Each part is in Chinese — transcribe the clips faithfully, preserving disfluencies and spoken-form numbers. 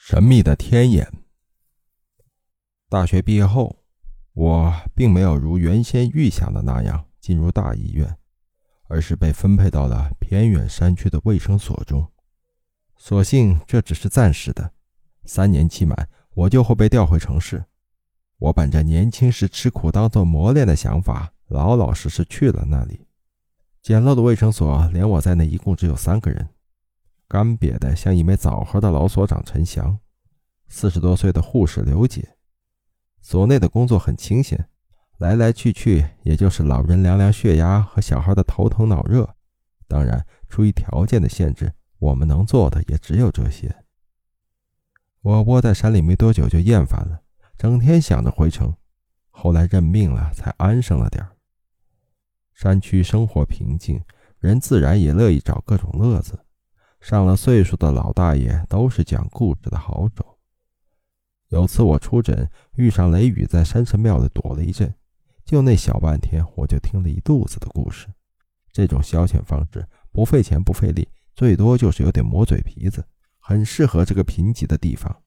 神秘的天眼。大学毕业后，我并没有如原先预想的那样进入大医院，而是被分配到了偏远山区的卫生所中。所幸这只是暂时的，三年期满，我就会被调回城市。我本着年轻时吃苦当做磨练的想法，老老实实去了那里。简陋的卫生所，连我在内一共只有三个人。干瘪的像一枚枣核的老所长陈翔，四十多岁的护士刘姐。所内的工作很清闲，来来去去也就是老人量量血压和小孩的头疼脑热。当然，出于条件的限制，我们能做的也只有这些。我窝在山里没多久就厌烦了，整天想着回城，后来认命了，才安生了点儿。山区生活平静，人自然也乐意找各种乐子。上了岁数的老大爷都是讲故事的好手。有次我出诊，遇上雷雨，在山神庙里躲了一阵，就那小半天，我就听了一肚子的故事。这种消遣方式不费钱不费力，最多就是有点磨嘴皮子，很适合这个贫瘠的地方。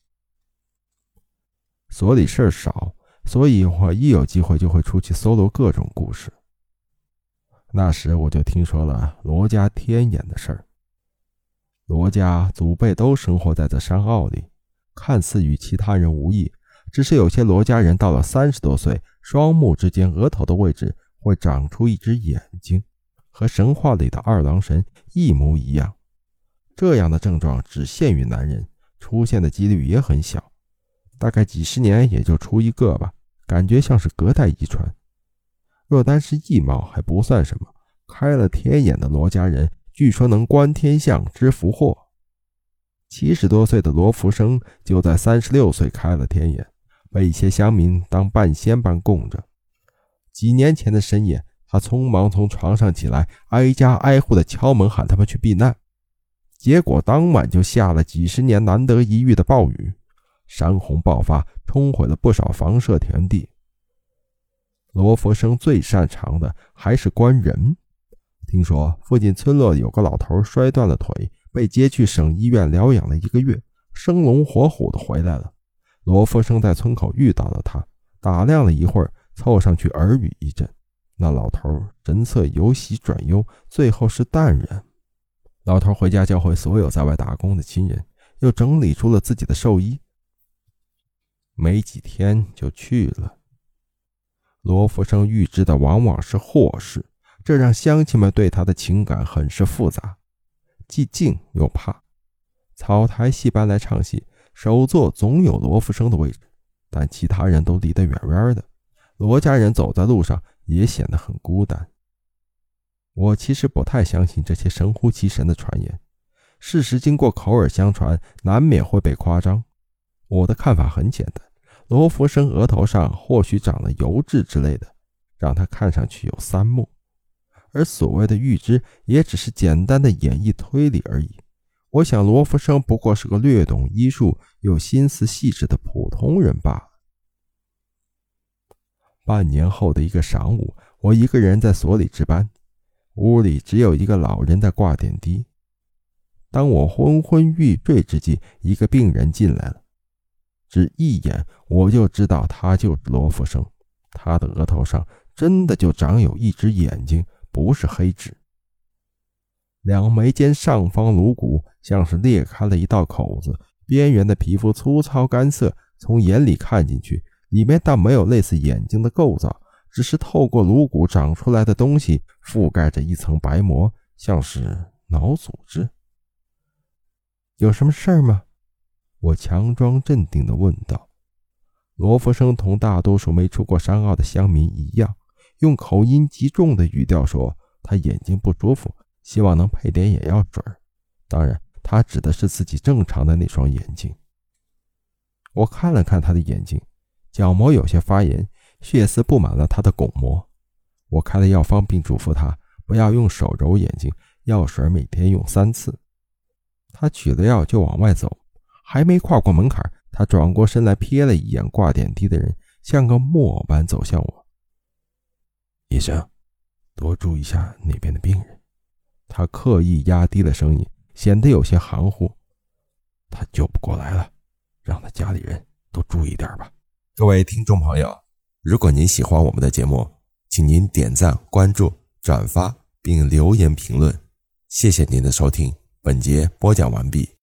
所里事儿少，所以我一有机会就会出去搜罗各种故事。那时我就听说了罗家天眼的事儿。罗家祖辈都生活在这山坳里，看似与其他人无异，只是有些罗家人到了三十多岁，双目之间额头的位置会长出一只眼睛，和神话里的二郎神一模一样。这样的症状只限于男人，出现的几率也很小，大概几十年也就出一个吧，感觉像是隔代遗传。若单是异貌还不算什么，开了天眼的罗家人据说能观天象知福祸。七十多岁的罗福生就在三十六岁开了天眼，被一些乡民当半仙般供着。几年前的深夜，他匆忙从床上起来，挨家挨户的敲门喊他们去避难。结果当晚就下了几十年难得一遇的暴雨，山洪爆发，冲毁了不少房舍田地。罗福生最擅长的还是观人。听说附近村落有个老头摔断了腿，被接去省医院疗养了一个月，生龙活虎的回来了。罗福生在村口遇到了他，打量了一会儿，凑上去耳语一阵。那老头神色由喜转忧，最后是淡然。老头回家教会所有在外打工的亲人，又整理出了自己的寿衣，没几天就去了。罗福生预知的往往是祸事，这让乡亲们对他的情感很是复杂，既敬又怕。草台戏班来唱戏，首座总有罗福生的位置，但其他人都离得远远的。罗家人走在路上也显得很孤单。我其实不太相信这些神乎其神的传言，事实经过口耳相传，难免会被夸张。我的看法很简单，罗福生额头上或许长了油痣之类的，让他看上去有三目。而所谓的预知也只是简单的演绎推理而已。我想罗福生不过是个略懂医术又心思细致的普通人罢了。半年后的一个晌午，我一个人在所里值班，屋里只有一个老人在挂点滴。当我昏昏欲睡之际，一个病人进来了，只一眼我就知道他就是罗福生。他的额头上真的就长有一只眼睛，不是黑痣。两眉间上方颅骨像是裂开了一道口子，边缘的皮肤粗糙干涩，从眼里看进去，里面倒没有类似眼睛的构造，只是透过颅骨长出来的东西覆盖着一层白膜，像是脑组织。有什么事儿吗？我强装镇定地问道。罗福生同大多数没出过山坳的乡民一样，用口音极重的语调说，他眼睛不舒服，希望能配点眼药水。当然，他指的是自己正常的那双眼睛。我看了看他的眼睛，角膜有些发炎，血丝布满了他的巩膜。我开了药方，并嘱咐他不要用手揉眼睛，药水每天用三次。他取了药就往外走，还没跨过门槛，他转过身来瞥了一眼挂点滴的人，像个木偶般走向我。医生，多注意一下那边的病人。他刻意压低了声音，显得有些含糊。他救不过来了， 家里人都注意点吧。各位听众朋友，如果您喜欢我们的节目，请您点赞、关注、转发并留言评论。谢谢您的收听，本节播讲完毕。